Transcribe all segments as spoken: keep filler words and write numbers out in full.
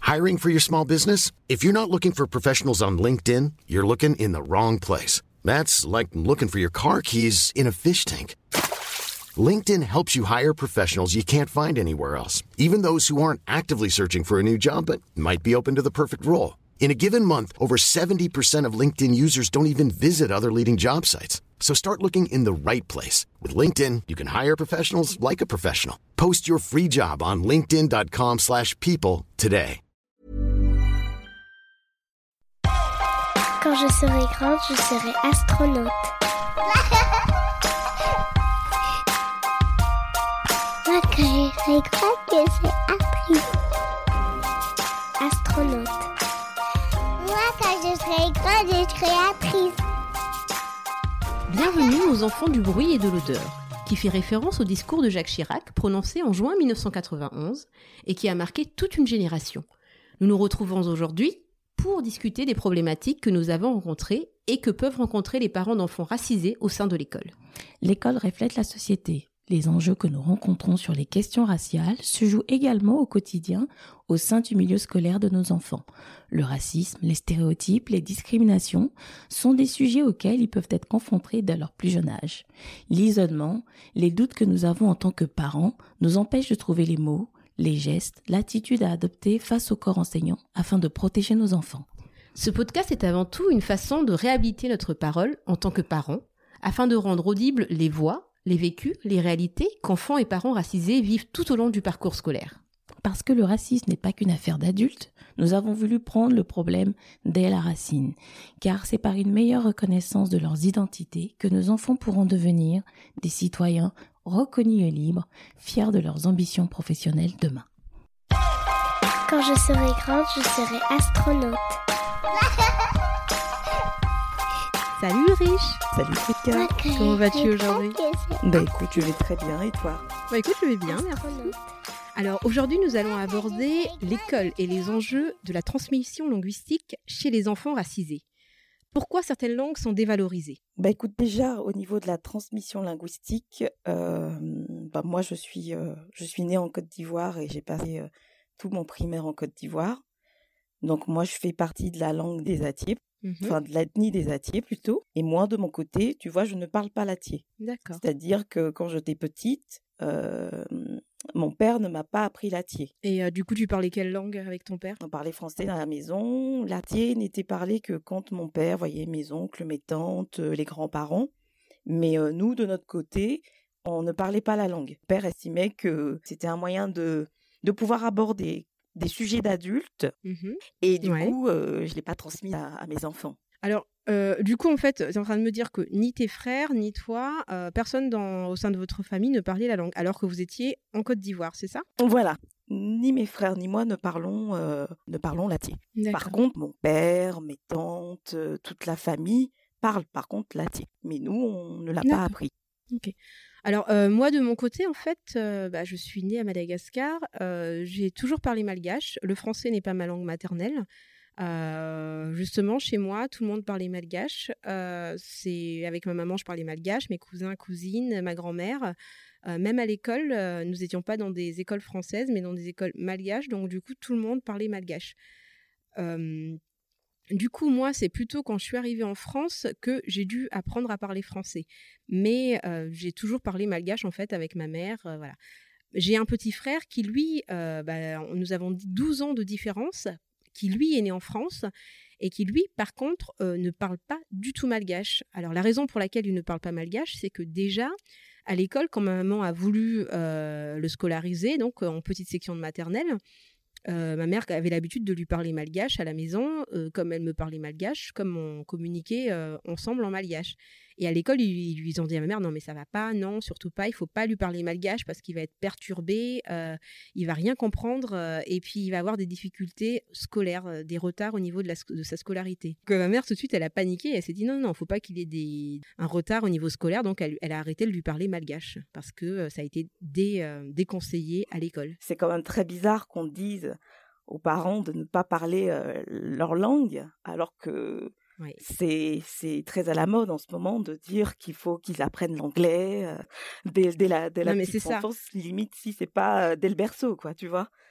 Hiring for your small business? If you're not looking for professionals on LinkedIn, you're looking in the wrong place. That's like looking for your car keys in a fish tank. LinkedIn helps you hire professionals you can't find anywhere else, even those who aren't actively searching for a new job but might be open to the perfect role. In a given month, over seventy percent of LinkedIn users don't even visit other leading job sites. So start looking in the right place. With LinkedIn, you can hire professionals like a professional. Post your free job on linkedin.com slash people today. Quand je serai grande, je serai astronaute. Moi, quand je serai grande, je serai actrice. Astronaute. Moi, quand je serai grande, je serai actrice. Bienvenue aux Enfants du bruit et de l'odeur, qui fait référence au discours de Jacques Chirac prononcé en juin dix-neuf cent quatre-vingt-onze et qui a marqué toute une génération. Nous nous retrouvons aujourd'hui pour discuter des problématiques que nous avons rencontrées et que peuvent rencontrer les parents d'enfants racisés au sein de l'école. L'école reflète la société. Les enjeux que nous rencontrons sur les questions raciales se jouent également au quotidien au sein du milieu scolaire de nos enfants. Le racisme, les stéréotypes, les discriminations sont des sujets auxquels ils peuvent être confrontés dès leur plus jeune âge. L'isolement, les doutes que nous avons en tant que parents nous empêchent de trouver les mots, les gestes, l'attitude à adopter face au corps enseignant afin de protéger nos enfants. Ce podcast est avant tout une façon de réhabiliter notre parole en tant que parents, afin de rendre audibles les voix, les vécus, les réalités qu'enfants et parents racisés vivent tout au long du parcours scolaire. Parce que le racisme n'est pas qu'une affaire d'adultes, nous avons voulu prendre le problème dès la racine, car c'est par une meilleure reconnaissance de leurs identités que nos enfants pourront devenir des citoyens reconnus et libres, fiers de leurs ambitions professionnelles demain. Quand je serai grande, je serai astronaute. Salut Riche. Salut Frika. Moi, quand Comment je vas-tu serai aujourd'hui? grande, je serai Bah écoute, je vais très bien et toi? Bah écoute, je vais bien, merci. astronaute. Alors aujourd'hui, nous allons aborder l'école et les enjeux de la transmission linguistique chez les enfants racisés. Pourquoi certaines langues sont dévalorisées? Bah écoute, déjà au niveau de la transmission linguistique, euh, bah moi je suis, euh, je suis née en Côte d'Ivoire et j'ai passé euh, tout mon primaire en Côte d'Ivoire. Donc moi je fais partie de la langue des Atiers, Mhm. enfin de l'ethnie des Atiers plutôt. Et moi de mon côté, tu vois, je ne parle pas l'Atier. D'accord. C'est-à-dire que quand j'étais petite, euh, mon père ne m'a pas appris l'Atier. Et euh, du coup, tu parlais quelle langue avec ton père? On parlait français dans la maison. L'Atier n'était parlé que quand mon père voyait mes oncles, mes tantes, euh, les grands-parents. Mais euh, nous, de notre côté, on ne parlait pas la langue. Mon père estimait que c'était un moyen de, de pouvoir aborder des sujets d'adultes. Mhm. Et du Ouais. coup, euh, je ne l'ai pas transmis à, à mes enfants. Alors, euh, du coup, en fait, tu es en train de me dire que ni tes frères, ni toi, euh, personne dans, au sein de votre famille ne parlait la langue, alors que vous étiez en Côte d'Ivoire, c'est ça? Voilà. Ni mes frères ni moi ne parlons, euh, ne parlons l'Atier. Par contre, mon père, mes tantes, euh, toute la famille parlent par contre l'Atier. Mais nous, on ne l'a D'accord. pas appris. Ok. Alors, euh, moi, de mon côté, en fait, euh, bah, je suis née à Madagascar. Euh, j'ai toujours parlé malgache. Le français n'est pas ma langue maternelle. Euh, justement, chez moi, tout le monde parlait malgache. Euh, c'est avec ma maman, je parlais malgache, mes cousins, cousines, ma grand-mère. Euh, même à l'école, euh, nous n'étions pas dans des écoles françaises, mais dans des écoles malgaches. Donc, du coup, tout le monde parlait malgache. Euh, Du coup, moi, c'est plutôt quand je suis arrivée en France que j'ai dû apprendre à parler français. Mais euh, j'ai toujours parlé malgache, en fait, avec ma mère. Euh, voilà. J'ai un petit frère qui, lui, euh, bah, nous avons douze ans de différence, qui, lui, est né en France et qui, lui, par contre, euh, ne parle pas du tout malgache. Alors, la raison pour laquelle il ne parle pas malgache, c'est que déjà, à l'école, quand ma maman a voulu euh, le scolariser, donc en petite section de maternelle, Euh, ma mère avait l'habitude de lui parler malgache à la maison, euh, comme elle me parlait malgache, comme on communiquait euh, ensemble en malgache. Et à l'école, ils, ils lui ont dit à ma mère, non mais ça va pas, non, surtout pas, il faut pas lui parler malgache parce qu'il va être perturbé, euh, il va rien comprendre euh, et puis il va avoir des difficultés scolaires, euh, des retards au niveau de, la, de sa scolarité. Donc, ma mère tout de suite, elle a paniqué, elle s'est dit non, non, faut pas qu'il ait des, un retard au niveau scolaire, donc elle, elle a arrêté de lui parler malgache parce que euh, ça a été dé, euh, déconseillé à l'école. C'est quand même très bizarre qu'on dise aux parents de ne pas parler euh, leur langue, alors que Oui. c'est, c'est très à la mode en ce moment de dire qu'il faut qu'ils apprennent l'anglais euh, dès, dès la, dès la Non, mais petite c'est ça. enfance, limite si c'est pas euh, dès le berceau, quoi, tu vois.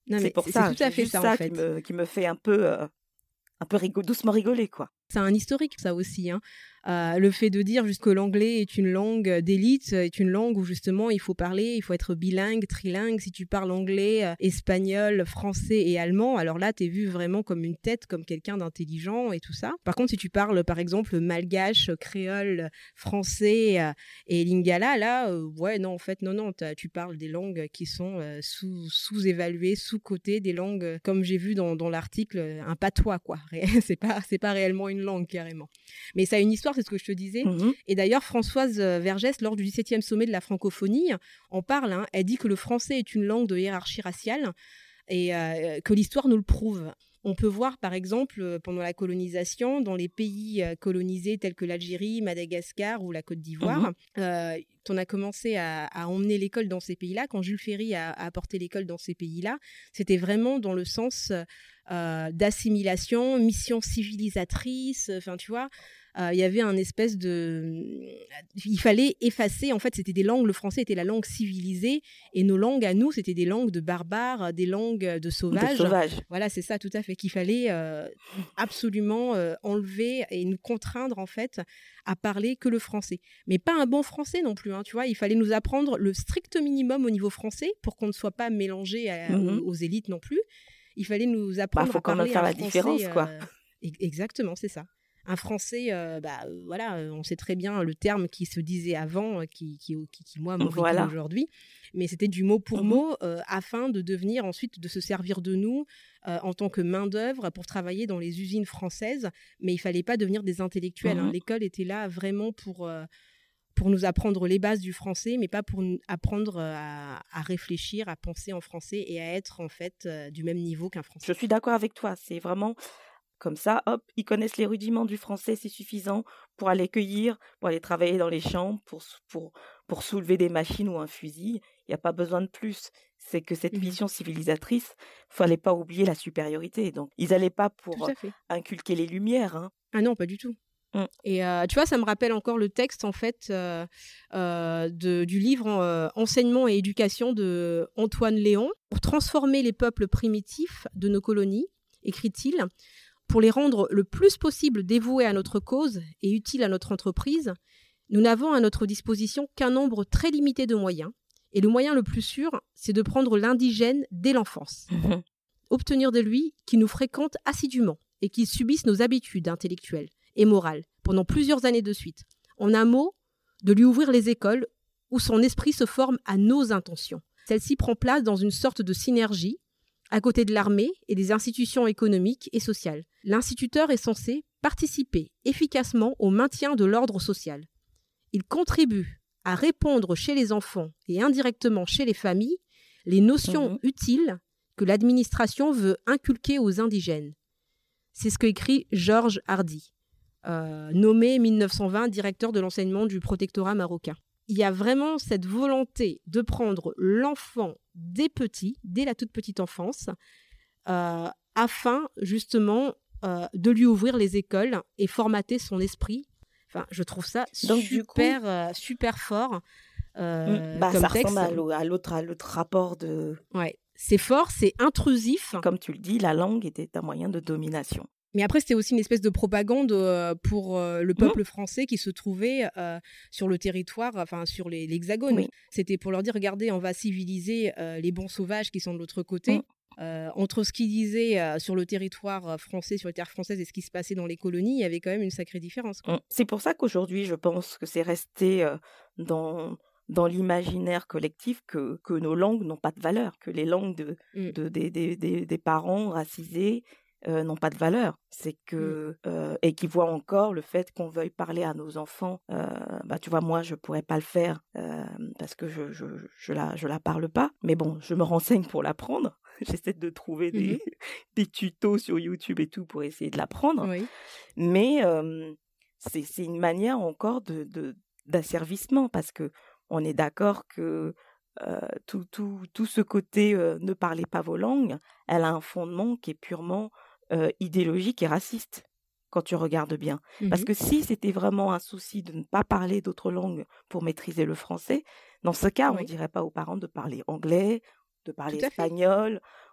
Non, C'est mais pour c'est c'est ça, tout à c'est fait juste ça, en ça qui fait. me, qui me fait un peu, euh, un peu rigo- doucement rigoler, quoi. C'est un historique, ça aussi. Hein. Euh, le fait de dire juste que l'anglais est une langue d'élite, est une langue où justement il faut parler, il faut être bilingue, trilingue. Si tu parles anglais, euh, espagnol, français et allemand, alors là, t'es vu vraiment comme une tête, comme quelqu'un d'intelligent et tout ça. Par contre, si tu parles, par exemple, malgache, créole, français euh, et lingala, là, euh, ouais, non, en fait, non, non, t'as- tu parles des langues qui sont euh, sous, sous-évaluées, sous-cotées, des langues, euh, comme j'ai vu dans, dans l'article, euh, un patois, quoi. c'est pas, c'est pas réellement une langue, carrément. Mais ça a une histoire, c'est ce que je te disais. Mhm. Et d'ailleurs, Françoise euh, Vergès, lors du dix-septième sommet de la francophonie, en parle. Hein. Elle dit que le français est une langue de hiérarchie raciale et euh, que l'histoire nous le prouve. On peut voir, par exemple, euh, pendant la colonisation, dans les pays euh, colonisés tels que l'Algérie, Madagascar ou la Côte d'Ivoire, Mhm. euh, on a commencé à, à emmener l'école dans ces pays-là. Quand Jules Ferry a, a apporté l'école dans ces pays-là, c'était vraiment dans le sens euh, d'assimilation, mission civilisatrice, enfin, tu vois. Euh, il y avait un espèce de... Il fallait effacer, en fait, c'était des langues, le français était la langue civilisée, et nos langues à nous, c'était des langues de barbares, des langues de De sauvages. sauvage. Voilà, c'est ça, tout à fait, qu'il fallait euh, absolument euh, enlever et nous contraindre, en fait, à parler que le français. Mais pas un bon français non plus, hein, tu vois. Il fallait nous apprendre le strict minimum au niveau français pour qu'on ne soit pas mélangé à- Mhm. aux, aux élites non plus. Il fallait nous Bah, apprendre faut à quand même parler faire un la français... différence, quoi. euh, e- Exactement, c'est ça. Un français, euh, bah, euh, voilà, euh, on sait très bien le terme qui se disait avant, euh, qui, qui, qui, qui, moi, m'horripile Voilà. aujourd'hui. Mais c'était du mot pour Mhm. mot, euh, afin de devenir ensuite, de se servir de nous euh, en tant que main-d'œuvre pour travailler dans les usines françaises. Mais il fallait pas devenir des intellectuels. Hein. Mhm. L'école était là vraiment pour, euh, pour nous apprendre les bases du français, mais pas pour nous apprendre euh, à, à réfléchir, à penser en français et à être en fait euh, du même niveau qu'un Je français. suis d'accord avec toi. C'est vraiment comme ça, hop, ils connaissent les rudiments du français, c'est suffisant pour aller cueillir, pour aller travailler dans les champs, pour, sou- pour, pour soulever des machines ou un fusil. Il n'y a pas besoin de plus. C'est que cette Mhm. mission civilisatrice, fallait pas oublier la supériorité. Donc, ils n'allaient pas Tout pour euh, à fait. inculquer les lumières. Hein. Ah non, pas du tout. Mm. Et euh, tu vois, ça me rappelle encore le texte en fait euh, euh, de, du livre euh, Enseignement et éducation de Antoine Léon. Pour transformer les peuples primitifs de nos colonies, écrit-il, pour les rendre le plus possible dévoués à notre cause et utiles à notre entreprise, nous n'avons à notre disposition qu'un nombre très limité de moyens. Et le moyen le plus sûr, c'est de prendre l'indigène dès l'enfance. Mhm. Obtenir de lui qu'il nous fréquente assidûment et qu'il subisse nos habitudes intellectuelles et morales pendant plusieurs années de suite. En un mot, de lui ouvrir les écoles où son esprit se forme à nos intentions. Celle-ci prend place dans une sorte de synergie à côté de l'armée et des institutions économiques et sociales. L'instituteur est censé participer efficacement au maintien de l'ordre social. Il contribue à répondre chez les enfants et indirectement chez les familles les notions Mhm. utiles que l'administration veut inculquer aux indigènes. C'est ce qu'écrit Georges Hardy, euh, nommé mille neuf cent vingt directeur de l'enseignement du protectorat marocain. Il y a vraiment cette volonté de prendre l'enfant dès petit, dès la toute petite enfance, euh, afin justement euh, de lui ouvrir les écoles et formater son esprit. Enfin, je trouve ça Donc, du coup- super, euh, super fort euh, Mm. Bah, comme ça texte. ressemble à l'au- à l'autre, à l'autre rapport de, Ouais. C'est fort, c'est intrusif. comme tu le dis, la langue était un moyen de domination. Mais après, c'était aussi une espèce de propagande euh, pour euh, le peuple français qui se trouvait euh, sur le territoire, enfin sur les- l'Hexagone. Oui. C'était pour leur dire, regardez, on va civiliser euh, les bons sauvages qui sont de l'autre côté. Mm. Euh, entre ce qu'ils disaient euh, sur le territoire euh, français, sur les terres françaises et ce qui se passait dans les colonies, il y avait quand même une sacrée différence. Quoi. Mm. C'est pour ça qu'aujourd'hui, je pense que c'est resté euh, dans, dans l'imaginaire collectif que, que nos langues n'ont pas de valeur, que les langues de, Mm. de, des, des, des, des parents racisés euh, n'ont pas de valeur. C'est que, euh, et qui voient encore le fait qu'on veuille parler à nos enfants. Euh, bah, tu vois, moi, je pourrais pas le faire euh, parce que je, je, je, la, je la parle pas. Mais bon, je me renseigne pour l'apprendre. J'essaie de trouver des, Mhm. des tutos sur YouTube et tout pour essayer de l'apprendre. Oui. Mais euh, c'est, c'est une manière encore de, de, d'asservissement parce que on est d'accord que euh, tout, tout, tout ce côté euh, ne parlez pas vos langues, elle a un fondement qui est purement euh, idéologique et raciste quand tu regardes bien. Parce Mhm. que si c'était vraiment un souci de ne pas parler d'autres langues pour maîtriser le français, dans ce cas, on ne Oui. dirait pas aux parents de parler anglais, de parler Tout à fait. espagnol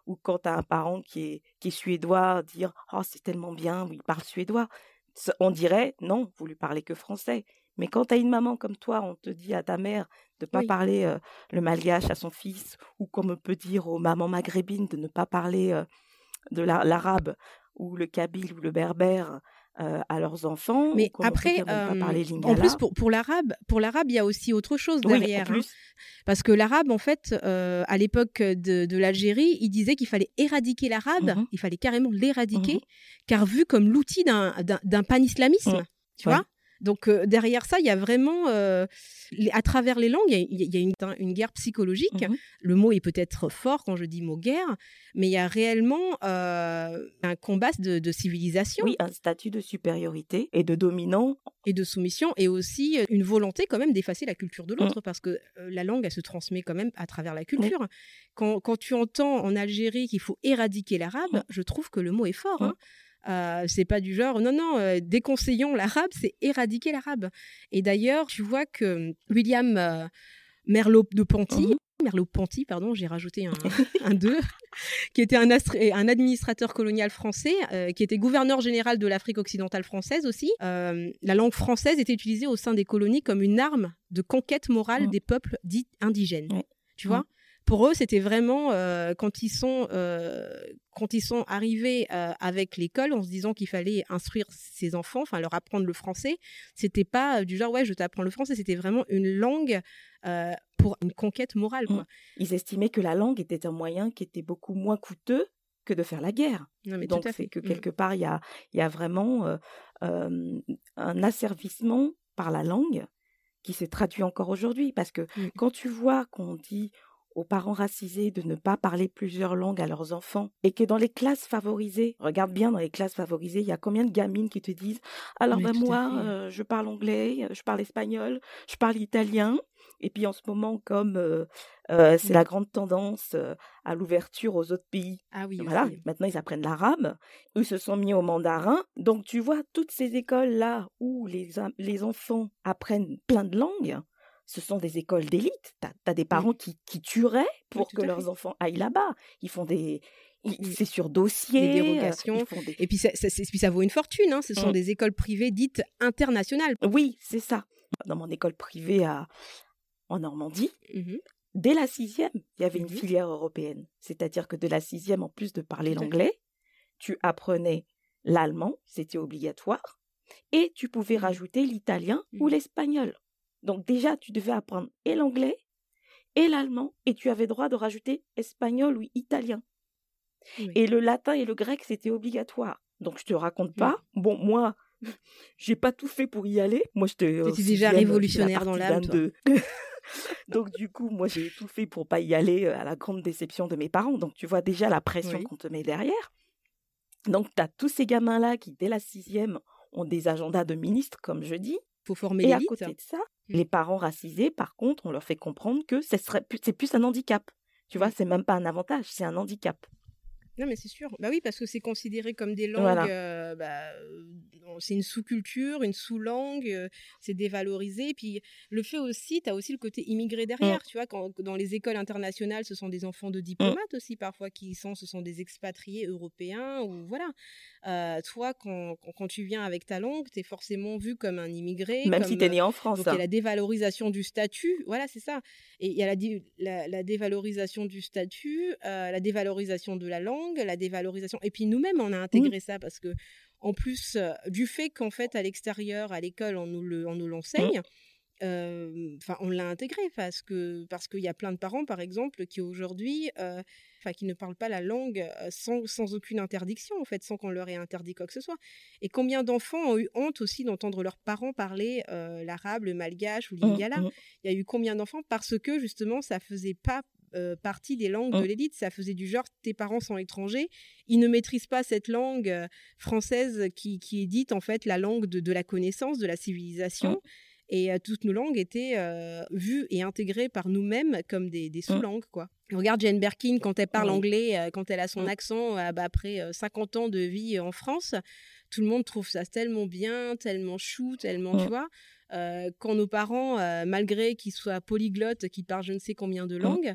ou quand tu as un parent qui est, qui est suédois, dire « Oh, c'est tellement bien, il parle suédois ». On dirait « Non, vous lui parlez que français ». Mais quand tu as une maman comme toi, on te dit à ta mère de ne pas Oui. parler euh, le malgache à son fils, ou comme on peut dire aux mamans maghrébines de ne pas parler euh, de la- l'arabe ou le kabyle ou le berbère euh, à leurs enfants, Mais ou comme on peut après, dire de ne pas euh, parler en plus, lingala. pour, pour l'arabe, pour l'arabe, il y a aussi autre chose Oui, en derrière. hein. plus. Parce que l'arabe, en fait, euh, à l'époque de, de l'Algérie, il disait qu'il fallait éradiquer l'arabe, Mhm, il fallait carrément l'éradiquer, mhm, car vu comme l'outil d'un, d'un, d'un panislamisme, mhm. tu Ouais. vois. Donc euh, derrière ça, il y a vraiment, euh, les- à travers les langues, il y a, il y a une, une guerre psychologique. Mhm. Le mot est peut-être fort quand je dis mot guerre, mais il y a réellement euh, un combat de, de civilisation Oui, un statut de supériorité et de dominant. et de soumission, et aussi euh, une volonté quand même d'effacer la culture de Mm. l'autre, parce que euh, la langue, elle se transmet quand même à travers la Oui. culture. Quand, quand tu entends en Algérie qu'il faut éradiquer l'arabe, Mm. je trouve que le mot est fort. Mm. Hein. Euh, c'est pas du genre, non, non, euh, déconseillons l'arabe, c'est éradiquer l'arabe. Et d'ailleurs, tu vois que William euh, Merleau de Ponty, Mhm. Merleau-Ponty, pardon, j'ai rajouté un, un deux, qui était un, astr- un administrateur colonial français, euh, qui était gouverneur général de l'Afrique occidentale française aussi. Euh, la langue française était utilisée au sein des colonies comme une arme de conquête morale Mm. des peuples dits indigènes. Ouais. Tu vois, Mm. pour eux, c'était vraiment euh, quand ils sont euh, quand ils sont arrivés euh, avec l'école en se disant qu'il fallait instruire ses enfants, enfin leur apprendre le français. C'était pas euh, du genre ouais, je t'apprends le français. C'était vraiment une langue euh, pour une conquête morale, quoi. Mm. Ils estimaient que la langue était un moyen qui était beaucoup moins coûteux que de faire la guerre. Non, mais Donc tout à c'est fait. que Mm. quelque part, il y a, il y a vraiment euh, euh, un asservissement par la langue qui s'est traduit encore aujourd'hui. Parce que Mm. quand tu vois qu'on dit aux parents racisés de ne pas parler plusieurs langues à leurs enfants, et que dans les classes favorisées, regarde bien dans les classes favorisées, il y a combien de gamines qui te disent « Alors Mais ben tout à moi, fait. euh, je parle anglais, je parle espagnol, je parle italien. » Et puis en ce moment, comme euh, euh, c'est Mm. la grande tendance euh, à l'ouverture aux autres pays, Ah oui, voilà, aussi. maintenant ils apprennent l'arabe, ils se sont mis au mandarin. Donc tu vois, toutes ces écoles-là où les, am- les enfants apprennent plein de langues, ce sont des écoles d'élite. Tu as des Mm. parents qui, qui tueraient pour Oui, que tout à leurs fait. enfants aillent là-bas. Ils font des... ils- Mm. C'est sur Des dossier, euh, ils dérogations. font des... Et puis ça, ça, c'est- puis ça vaut une fortune. Hein. Ce sont Mm. des écoles privées dites internationales. Oui, c'est ça. Dans mon école privée à... en Normandie, Mhm. dès la sixième, il y avait une Mhm. filière européenne. C'est-à-dire que de la sixième, en plus de parler Tout à fait. l'anglais, tu apprenais l'allemand, c'était obligatoire, et tu pouvais Mhm. rajouter l'italien ou Mhm. l'espagnol. Donc déjà, tu devais apprendre et l'anglais et l'allemand, et tu avais droit de rajouter espagnol ou italien. Oui. Et le latin et le grec, c'était obligatoire. Donc je te raconte Mm. pas. Bon, moi, j'ai pas tout fait pour y aller. Moi, j'étais en T'étais déjà sixième, je fais la révolutionnaire dans partie l'âme, toi. vingt-deux. Donc du coup, moi, j'ai tout fait pour pas y aller, euh, à la grande déception de mes parents. Donc tu vois déjà la pression Oui. qu'on te met derrière. Donc tu as tous ces gamins-là qui, dès la sixième, ont des agendas de ministres, comme je dis. Faut former Et à l'élite. côté de ça, Mm. les parents racisés, par contre, on leur fait comprendre que ce serait plus, c'est plus un handicap. Tu vois, Mm. c'est même pas un avantage, c'est un handicap. Non, mais c'est sûr. Bah oui, parce que c'est considéré comme des langues. Voilà. euh, bah, euh, c'est une sous-culture, une sous-langue. euh, c'est dévalorisé. Puis le fait aussi, tu as aussi le côté immigré Mm. derrière. Tu vois, quand dans les écoles internationales, ce sont des enfants de Mm. diplomates aussi parfois qui y sont. Ce sont des expatriés européens ou voilà. Euh, toi, quand, quand, quand tu viens avec ta langue, tu es forcément vu comme un immigré. Même comme, si t'es euh, né en France. donc il y a hein. la dévalorisation du statut, voilà, c'est ça. Et il y a la, dé- la, la dévalorisation du statut, euh, la dévalorisation de la langue, la dévalorisation. Et puis nous-mêmes, on a intégré ça parce que, en plus euh, du fait qu'en fait, à l'extérieur, à l'école, on nous le, on nous l'enseigne. euh, Enfin, on l'a intégré parce que parce qu'il y a plein de parents, par exemple, qui aujourd'hui, euh, enfin, qui ne parlent pas la langue euh, sans, sans aucune interdiction, en fait, sans qu'on leur ait interdit quoi que ce soit. Et combien d'enfants ont eu honte aussi d'entendre leurs parents parler euh, l'arabe, le malgache ou Mm, l'ingala. mm, Il y a eu combien d'enfants parce que justement, ça faisait pas euh, partie des langues Mm. de l'élite. Ça faisait du genre, tes parents sont étrangers, ils ne maîtrisent pas cette langue euh, française qui, qui est dite en fait la langue de, de la connaissance, de la civilisation. Mm. Et euh, toutes nos langues étaient euh, vues et intégrées par nous-mêmes comme des, des sous-langues, quoi. Regarde Jane Birkin, quand elle parle Oui. anglais, euh, quand elle a son Mm. accent, euh, bah, après euh, cinquante ans de vie en France, tout le monde trouve ça tellement bien, tellement chou, tellement, tu Mm. vois. Euh, quand nos parents, euh, malgré qu'ils soient polyglottes, qu'ils parlent je ne sais combien de Mm. langues,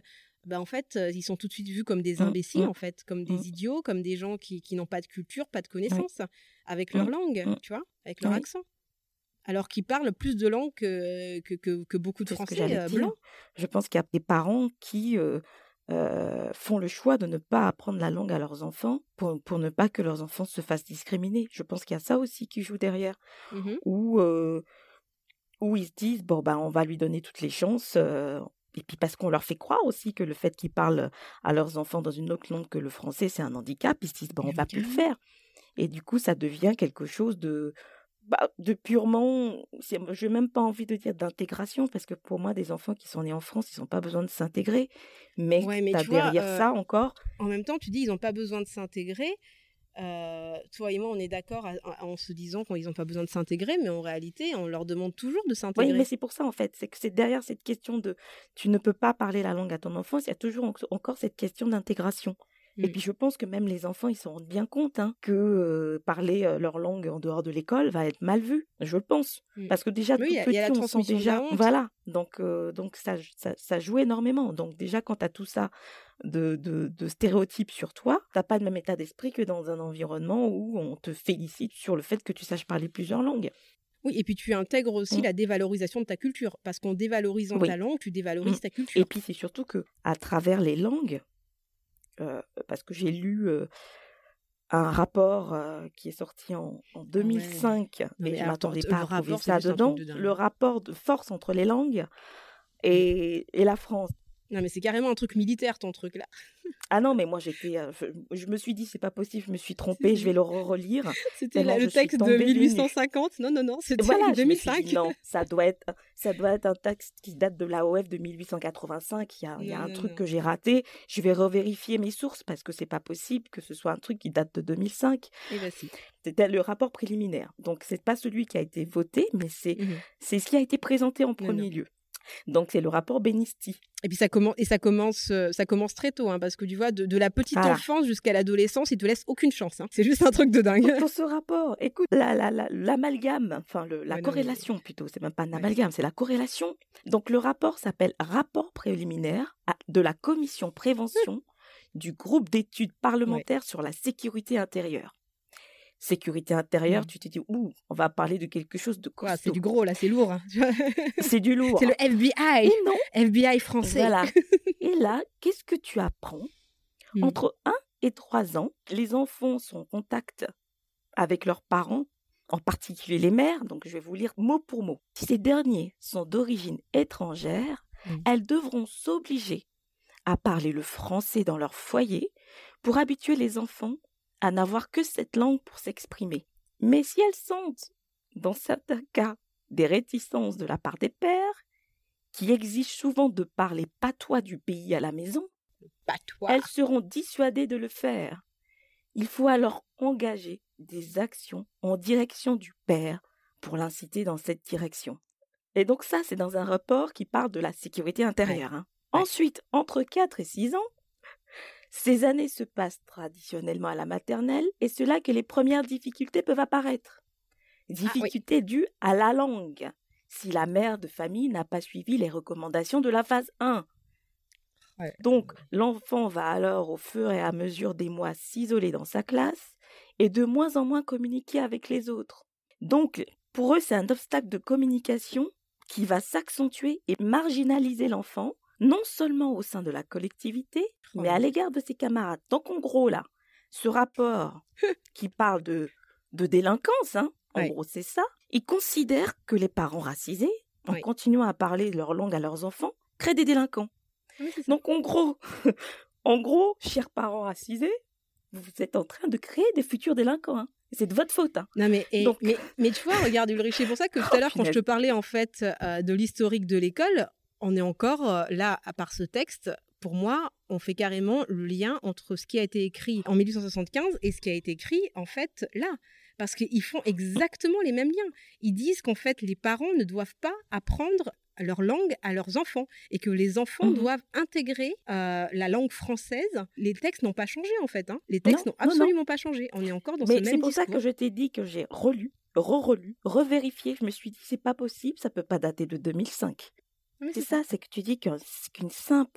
bah, en fait, euh, ils sont tout de suite vus comme des Mmh, imbéciles, mmh, en fait, comme des mmh. idiots, comme des gens qui, qui n'ont pas de culture, pas de Oui. connaissances, avec leur Mmh, langue, mmh. tu vois, avec leur Oui, accent. Alors qu'ils parlent plus de langues que, que, que, que beaucoup de c'est ce que Français j'allais euh, dire. blancs. Je pense qu'il y a des parents qui euh, euh, font le choix de ne pas apprendre la langue à leurs enfants pour, pour ne pas que leurs enfants se fassent discriminer. Je pense qu'il y a ça aussi qui joue derrière. Mhm. Où, euh, où ils se disent, bon, ben, on va lui donner toutes les chances. euh, et puis parce qu'on leur fait croire aussi que le fait qu'ils parlent à leurs enfants dans une autre langue que le français, c'est un handicap. Ils se disent, bon, on Mais oui, va plus le carrément. faire. Et du coup, ça devient quelque chose de, bah, de purement, c'est, je n'ai même pas envie de dire d'intégration, parce que pour moi, des enfants qui sont nés en France, ils n'ont pas besoin de s'intégrer. Mais Ouais, mais tu as tu vois, derrière euh, ça encore, en même temps, tu dis ils n'ont pas besoin de s'intégrer. Euh, toi et moi, on est d'accord à- à- en se disant qu'ils n'ont pas besoin de s'intégrer, mais en réalité, on leur demande toujours de oui, mais s'intégrer. c'est pour ça en fait, c'est que c'est derrière cette question de tu ne peux pas parler la langue à ton enfant, il y a toujours en- encore cette question d'intégration. Et Mm. puis je pense que même les enfants, ils se rendent bien compte hein, que euh, parler euh, leur langue en dehors de l'école va être mal vu, je le pense. Mm. Parce que déjà, Oui, tout il y, a- il y a la petit, on sent transmission de la déjà... honte. Voilà, donc, euh, donc ça, ça, ça joue énormément. Donc déjà, quand tu as tout ça de, de, de stéréotypes sur toi, tu n'as pas le même état d'esprit que dans un environnement où on te félicite sur le fait que tu saches parler plusieurs langues. Oui, et puis tu intègres aussi Mm. la dévalorisation de ta culture, parce qu'en dévalorisant Oui. ta langue, tu dévalorises Mm. ta Et culture. puis c'est surtout que à travers les langues, euh, parce que j'ai lu euh, un rapport euh, qui est sorti en, en Ah ouais. deux mille cinq, Non, et mais je alors, m'attendais attends, pas le à trouver rapport, c'est ça juste un truc dedans, de dingue. le rapport de force entre les langues et, et la France. Non, mais c'est carrément un truc militaire, ton truc là. Ah non, mais moi j'étais, euh, je, je me suis dit c'est pas possible, je me suis Si, trompée, je vais si. le relire. C'était Tellement la- je le suis texte de tombée des mille huit cent nues. cinquante. Non, non, non, c'était Voilà, je me suis deux mille cinq. dit non, ça doit être, ça doit être un texte qui date de l'A O F de mille huit cent quatre-vingt-cinq. Il y a, il y a Non, un non, truc non. que j'ai raté. Je vais revérifier mes sources parce que c'est pas possible que ce soit un truc qui date de deux mille cinq. Et bah si. C'était le rapport préliminaire. Donc c'est pas celui qui a été voté, mais c'est Mhm. c'est ce qui a été présenté en Non, premier non. lieu. Donc c'est le rapport Benisti. Et puis ça commence, et ça commence, euh, ça commence très tôt, hein, parce que tu vois, de, de la petite Voilà. enfance jusqu'à l'adolescence, ils te laissent aucune chance. Hein. C'est juste un truc de dingue. Donc, dans ce rapport, écoute, la, la, la- l'amalgame, enfin le, la Ouais, non, mais- corrélation plutôt, c'est même pas un Ouais. amalgame, c'est la corrélation. Donc le rapport s'appelle Rapport préliminaire à- de la Commission prévention du groupe d'études parlementaires sur la sécurité intérieure. Sécurité intérieure, Mm. tu te dis, ouh, on va parler de quelque chose de Quoi, c'est costaud. du gros là, c'est lourd. Hein, tu vois. C'est du lourd. C'est le F B I, Et non, F B I français. voilà. Et là, qu'est-ce que tu apprends? Mm. Entre un et trois ans, les enfants sont en contact avec leurs parents, en particulier les mères, donc je vais vous lire mot pour mot. Si ces derniers sont d'origine étrangère, Mm. elles devront s'obliger à parler le français dans leur foyer pour habituer les enfants à n'avoir que cette langue pour s'exprimer. Mais si elles sentent, dans certains cas, des réticences de la part des pères, qui exigent souvent de parler patois du pays à la maison, Patois. elles seront dissuadées de le faire. Il faut alors engager des actions en direction du père pour l'inciter dans cette direction. Et donc ça, c'est dans un rapport qui parle de la sécurité intérieure. hein. Ouais. Ensuite, entre quatre et six ans, ces années se passent traditionnellement à la maternelle et c'est là que les premières difficultés peuvent apparaître. Difficultés dues à la langue, si la mère de famille n'a pas suivi les recommandations de la phase un. Ouais. Donc, l'enfant va alors, au fur et à mesure des mois, s'isoler dans sa classe et de moins en moins communiquer avec les autres. Donc, pour eux, c'est un obstacle de communication qui va s'accentuer et marginaliser l'enfant, non seulement au sein de la collectivité, Oh mais là. à l'égard de ses camarades. Donc, en gros, là, ce rapport qui parle de, de délinquance, hein, en Ouais. gros, c'est ça, il considère que les parents racisés, en Ouais. continuant à parler leur langue à leurs enfants, créent des délinquants. Oui, c'est ça. Donc, en gros, en gros, chers parents racisés, vous êtes en train de créer des futurs délinquants. hein. C'est de votre faute. hein. Non mais, et- Donc- mais mais tu vois, regarde Ulrich, c'est pour ça que tout Oh, à l'heure quand je te punaise. parlais en fait euh, de l'historique de l'école, on est encore euh, là à part ce texte. Pour moi, on fait carrément le lien entre ce qui a été écrit en mille huit cent soixante-quinze et ce qui a été écrit en fait là, parce qu'ils font exactement les mêmes liens. Ils disent qu'en fait les parents ne doivent pas apprendre leur langue à leurs enfants et que les enfants Mhm. doivent intégrer euh, la langue française. Les textes n'ont pas changé en fait. Hein. Les textes Non, n'ont non, absolument pas changé. On est encore dans Mais ce même c'est pour ça discours. que je t'ai dit que j'ai relu, re-relu, revérifié. Je me suis dit, c'est pas possible, ça peut pas dater de deux mille cinq. Oui, C'est c'est ça, c'est que tu dis qu'un- qu'une simple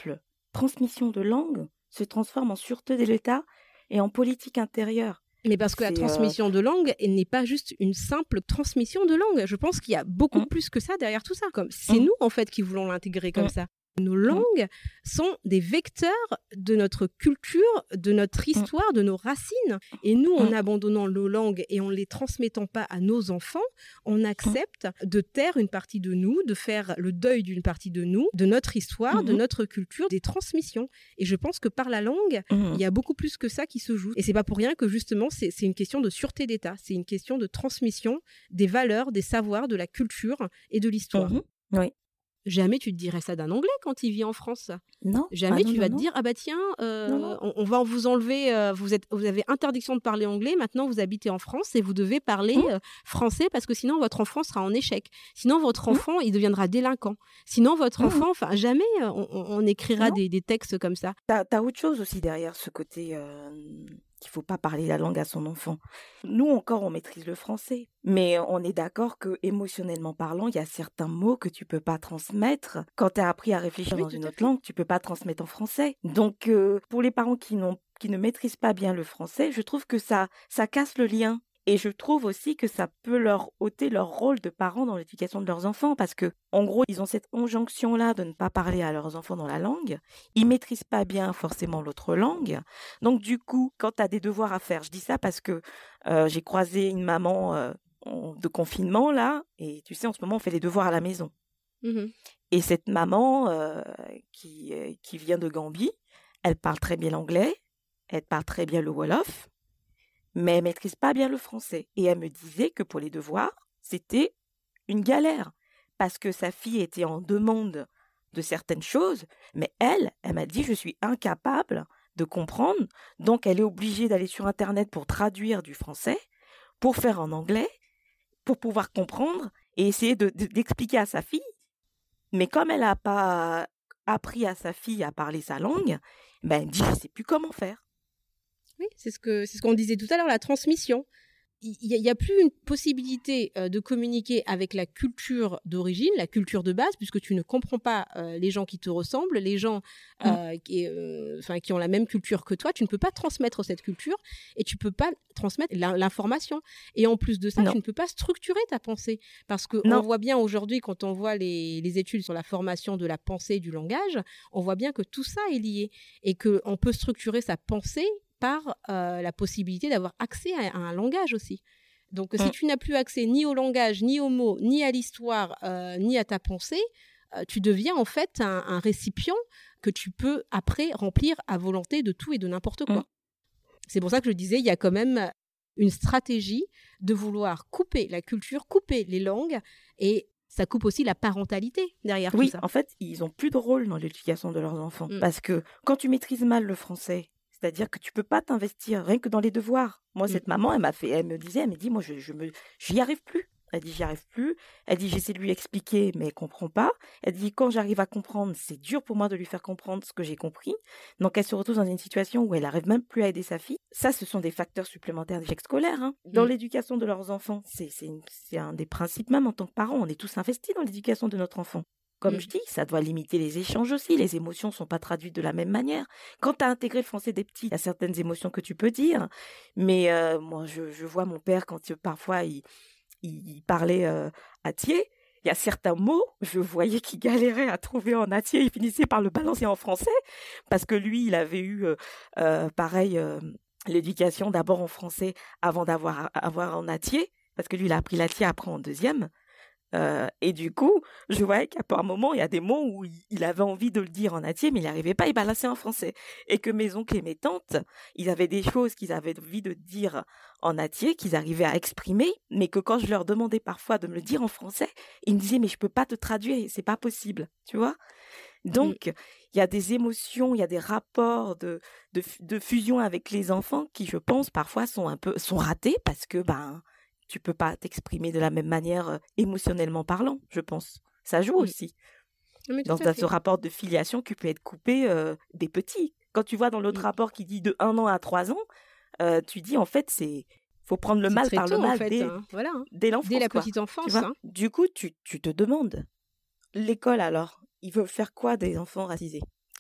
transmission de langue se transforme en sûreté de l'État et en politique intérieure. Mais parce que la C'est, transmission de langue elle n'est pas juste une simple transmission de langue. Je pense qu'il y a beaucoup Mmh. plus que ça derrière tout ça. Comme c'est Mmh. nous en fait qui voulons l'intégrer comme Mmh. ça. Nos langues sont des vecteurs de notre culture, de notre histoire, de nos racines. Et nous, en Mmh. abandonnant nos langues et en les transmettant pas à nos enfants, on accepte de taire une partie de nous, de faire le deuil d'une partie de nous, de notre histoire, de Mmh. notre culture, des transmissions. Et je pense que par la langue, Mmh. il y a beaucoup plus que ça qui se joue. Et c'est pas pour rien que justement, c'est c'est une question de sûreté d'État. C'est une question de transmission des valeurs, des savoirs, de la culture et de l'histoire. Mmh. Oui. Jamais tu te dirais ça d'un Anglais quand il vit en France. Non. Jamais Ah non, tu vas non, te non. dire ah bah tiens euh, Non, non. on, on va vous enlever euh, vous êtes vous avez interdiction de parler anglais, maintenant vous habitez en France et vous devez parler Mmh. euh, français parce que sinon votre enfant sera en échec. Sinon votre Mmh. enfant il deviendra délinquant. Sinon votre Mmh. enfant enfin jamais euh, on, on- on écrira Non. des, des textes comme ça. T'as, t'as autre chose aussi derrière ce côté euh, qu'il faut pas parler la langue à son enfant. Nous encore, on maîtrise le français, mais on est d'accord que émotionnellement parlant, il y a certains mots que tu peux pas transmettre. Quand t'as appris à réfléchir Oui, dans tout une à autre fait. langue, tu peux pas transmettre en français. Donc, euh, pour les parents qui n'ont qui ne maîtrisent pas bien le français, je trouve que ça ça casse le lien. Et je trouve aussi que ça peut leur ôter leur rôle de parents dans l'éducation de leurs enfants parce que, en gros, ils ont cette injonction-là de ne pas parler à leurs enfants dans la langue. Ils maîtrisent pas bien forcément l'autre langue. Donc, du coup, quand tu as des devoirs à faire, je dis ça parce que euh, j'ai croisé une maman euh, en- de confinement, là, et tu sais, en ce moment, on fait les devoirs à la maison. Mhm. Et cette maman euh, qui, euh, qui vient de Gambie, elle parle très bien l'anglais, elle parle très bien le Wolof, mais elle maîtrise pas bien le français. Et elle me disait que pour les devoirs, c'était une galère parce que sa fille était en demande de certaines choses, mais elle, elle m'a dit je suis incapable de comprendre, donc elle est obligée d'aller sur Internet pour traduire du français, pour faire en anglais, pour pouvoir comprendre et essayer de, de- d'expliquer à sa fille. Mais comme elle n'a pas appris à sa fille à parler sa langue, ben elle me dit je sais plus comment faire. Oui, c'est ce que c'est ce qu'on disait tout à l'heure, la transmission. Il n'y a, a plus une possibilité euh, de communiquer avec la culture d'origine, la culture de base, puisque tu ne comprends pas euh, les gens qui te ressemblent, les gens euh, qui, euh, enfin, qui ont la même culture que toi. Tu ne peux pas transmettre cette culture et tu ne peux pas transmettre l'in- l'information. Et en plus de ça, Non. tu ne peux pas structurer ta pensée. Parce qu'on Non. voit bien aujourd'hui, quand on voit les, les études sur la formation de la pensée et du langage, on voit bien que tout ça est lié et qu'on peut structurer sa pensée par euh, la possibilité d'avoir accès à, à un langage aussi. Donc, si Mm. tu n'as plus accès ni au langage, ni aux mots, ni à l'histoire, euh, ni à ta pensée, euh, tu deviens en fait un, un récipient que tu peux après remplir à volonté de tout et de n'importe quoi. Mm. C'est pour ça que je disais, il y a quand même une stratégie de vouloir couper la culture, couper les langues, et ça coupe aussi la parentalité derrière Oui, tout ça. en fait, ils ont plus de rôle dans l'éducation de leurs enfants. Mm. Parce que quand tu maîtrises mal le français, c'est-à-dire que tu peux pas t'investir rien que dans les devoirs. Moi, Mm. cette maman, elle m'a fait, elle me disait, elle me dit, moi, je, je me, j'y arrive plus. Elle dit, j'y arrive plus. Elle dit, j'essaie de lui expliquer, mais elle comprend pas. Elle dit, quand j'arrive à comprendre, c'est dur pour moi de lui faire comprendre ce que j'ai compris. Donc, elle se retrouve dans une situation où elle arrive même plus à aider sa fille. Ça, ce sont des facteurs supplémentaires d'échec scolaire. Hein. Dans Mm. l'éducation de leurs enfants, c'est, c'est, une- c'est un des principes même en tant que parents. On est tous investis dans l'éducation de notre enfant. Comme Mm. je dis, ça doit limiter les échanges aussi. Les émotions sont pas traduites de la même manière. Quand tu as intégré le français des petits, il y a certaines émotions que tu peux dire. Mais euh, moi, je, je vois mon père quand euh, parfois il, il, il parlait euh, à Thiers. Il y a certains mots, je voyais qu'il galérait à trouver en atier. Il finissait par le balancer en français parce que lui, il avait eu euh, euh, pareil euh, l'éducation d'abord en français avant d'avoir avoir en atier. Parce que lui, il a appris l'atier après en deuxième. Euh, et du coup, je voyais qu'à un moment, il y a des mots où il, il avait envie de le dire en atier, mais il n'arrivait pas, il balançait en français. Et que mes oncles et mes tantes, ils avaient des choses qu'ils avaient envie de dire en atier, qu'ils arrivaient à exprimer, mais que quand je leur demandais parfois de me le dire en français, ils me disaient, mais je peux pas te traduire, c'est pas possible, tu vois. Donc, il mm. y a des émotions, il y a des rapports de, de, de fusion avec les enfants qui, je pense, parfois sont un peu, sont ratés parce que, ben, tu peux pas t'exprimer de la même manière euh, émotionnellement parlant, je pense. Ça joue Oui. aussi. Mais Dans ce rapport de filiation qui peut être coupé euh, des petits. Quand tu vois dans l'autre Mm. rapport qui dit de un an à trois ans, euh, tu dis en fait, c'est faut prendre le C'est mal très par tôt, le mal en fait, dès, hein. Voilà, hein. dès l'enfance. Dès la quoi. petite enfance. Tu vois Hein. Du coup, tu, tu te demandes, l'école alors, ils veulent faire quoi des enfants racisés ?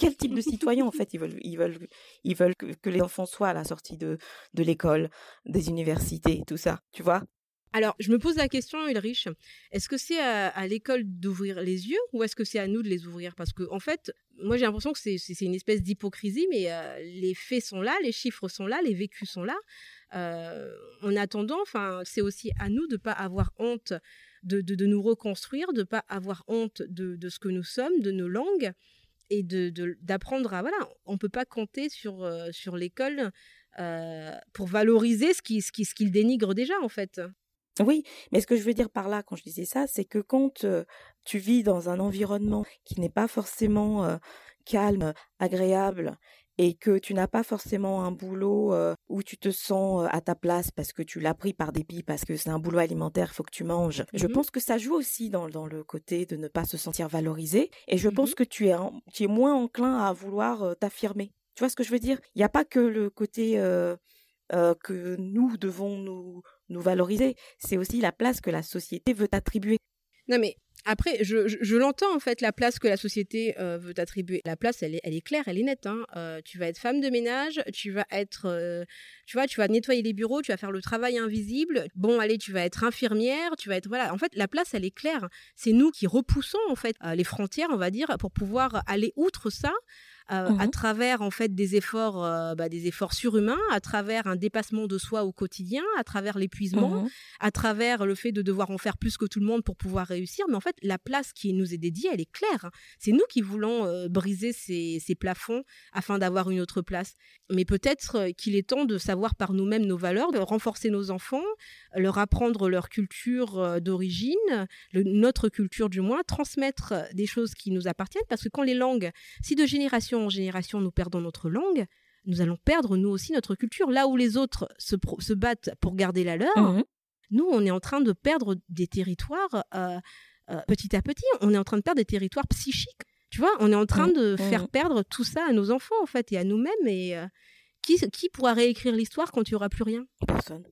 quel type de citoyen en fait ils veulent, ils veulent, ils veulent que, que les enfants soient à la sortie de, de l'école, des universités, tout ça, tu vois? Alors, je me pose la question, Ulrich, est-ce que c'est à, à l'école d'ouvrir les yeux ou est-ce que c'est à nous de les ouvrir? Parce que, en fait, moi j'ai l'impression que c'est, c'est, c'est une espèce d'hypocrisie, mais euh, les faits sont là, les chiffres sont là, les vécus sont là. Euh, en attendant, enfin, c'est aussi à nous de ne pas avoir honte de, de, de nous reconstruire, de ne pas avoir honte de, de ce que nous sommes, de nos langues, et de, de, d'apprendre à... Voilà, on ne peut pas compter sur, euh, sur l'école euh, pour valoriser ce, qui, ce, qui, ce qu'il dénigre déjà, en fait. Oui, mais ce que je veux dire par là, quand je disais ça, c'est que quand euh, tu vis dans un environnement qui n'est pas forcément euh, calme, agréable, et que tu n'as pas forcément un boulot euh, où tu te sens euh, à ta place parce que tu l'as pris par dépit, parce que c'est un boulot alimentaire, il faut que tu manges. Mm-hmm. Je pense que ça joue aussi dans, dans le côté de ne pas se sentir valorisé, et je mm-hmm. pense que tu es, un, tu es moins enclin à vouloir euh, t'affirmer. Tu vois ce que je veux dire? Il n'y a pas que le côté... Euh, Euh, que nous devons nous, nous valoriser, c'est aussi la place que la société veut attribuer. Non mais après, je, je, je l'entends en fait, la place que la société euh, veut attribuer. La place, elle est, elle est claire, elle est nette. Hein. Euh, tu vas être femme de ménage, tu vas être, euh, tu vois, tu vas nettoyer les bureaux, tu vas faire le travail invisible. Bon, allez, tu vas être infirmière, tu vas être, voilà. En fait, la place, elle est claire. C'est nous qui repoussons en fait euh, les frontières, on va dire, pour pouvoir aller outre ça. Euh, mmh. à travers en fait des efforts, euh, bah, des efforts surhumains, à travers un dépassement de soi au quotidien, à travers l'épuisement, mmh. à travers le fait de devoir en faire plus que tout le monde pour pouvoir réussir. Mais en fait, la place qui nous est dédiée, elle est claire. C'est nous qui voulons euh, briser ces, ces plafonds afin d'avoir une autre place. Mais peut-être qu'il est temps de savoir par nous-mêmes nos valeurs, de renforcer nos enfants, leur apprendre leur culture d'origine, le, notre culture du moins, transmettre des choses qui nous appartiennent. Parce que quand les langues, si de génération en génération nous perdons notre langue, nous allons perdre nous aussi notre culture. Là où les autres se, pro- se battent pour garder la leur, mmh. nous on est en train de perdre des territoires euh, euh, petit à petit. On est en train de perdre des territoires psychiques. Tu vois, on est en train de mmh. faire perdre tout ça à nos enfants en fait et à nous-mêmes. Et euh, qui, qui pourra réécrire l'histoire quand il n'y aura plus rien? Personne.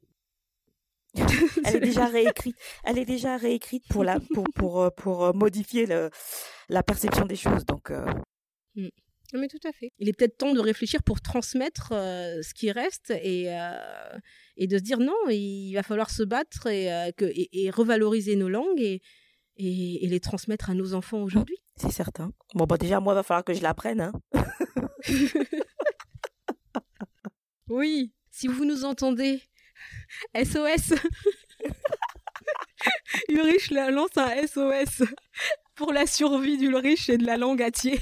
Elle est déjà réécrite. Elle est déjà réécrite pour la pour pour pour, pour modifier le, la perception des choses. Donc. Euh... Mmh. Mais tout à fait. Il est peut-être temps de réfléchir pour transmettre euh, ce qui reste et, euh, et de se dire non, il va falloir se battre et, euh, que, et, et revaloriser nos langues et, et, et les transmettre à nos enfants aujourd'hui. C'est certain. Bon, bah déjà, moi, il va falloir que je l'apprenne. Hein. Oui, si vous nous entendez, S O S. Ulrich lance un S O S pour la survie d'Ulrich et de la langue à Thiers.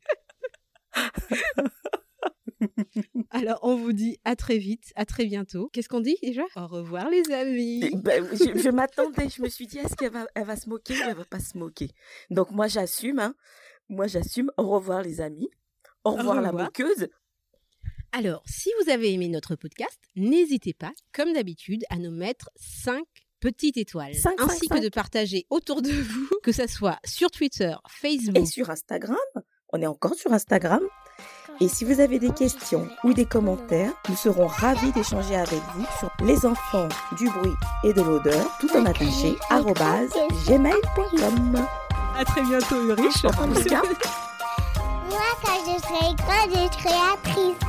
Alors, on vous dit à très vite, à très bientôt. Qu'est-ce qu'on dit déjà? Au revoir les amis. Ben, je, je m'attendais, je me suis dit, est-ce qu'elle va, elle va se moquer ou elle va pas se moquer? Donc moi j'assume, hein. Moi j'assume. Au revoir les amis. Au revoir, au revoir la moqueuse. Alors, si vous avez aimé notre podcast, n'hésitez pas, comme d'habitude, à nous mettre cinq petites étoiles, cinq, ainsi cinq, que cinq. De partager autour de vous, que ça soit sur Twitter, Facebook et sur Instagram. On est encore sur Instagram. Et si vous avez des questions ou des commentaires, nous serons ravis d'échanger avec vous sur les enfants du bruit et de l'odeur, tout en attaché, arobase gmail point com. À très bientôt, Ulrich. Moi, quand je serai grande, je serai actrice.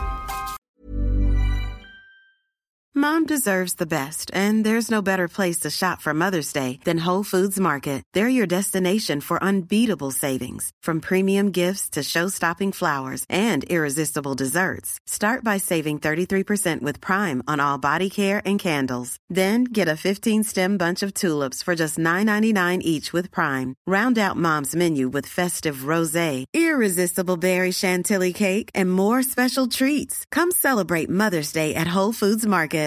Mom deserves the best, and there's no better place to shop for Mother's Day than Whole Foods Market. They're your destination for unbeatable savings, from premium gifts to show-stopping flowers and irresistible desserts. Start by saving thirty-three percent with Prime on all body care and candles. Then get a fifteen-stem bunch of tulips for just nine ninety-nine each with Prime. Round out Mom's menu with festive rosé, irresistible berry chantilly cake, and more special treats. Come celebrate Mother's Day at Whole Foods Market.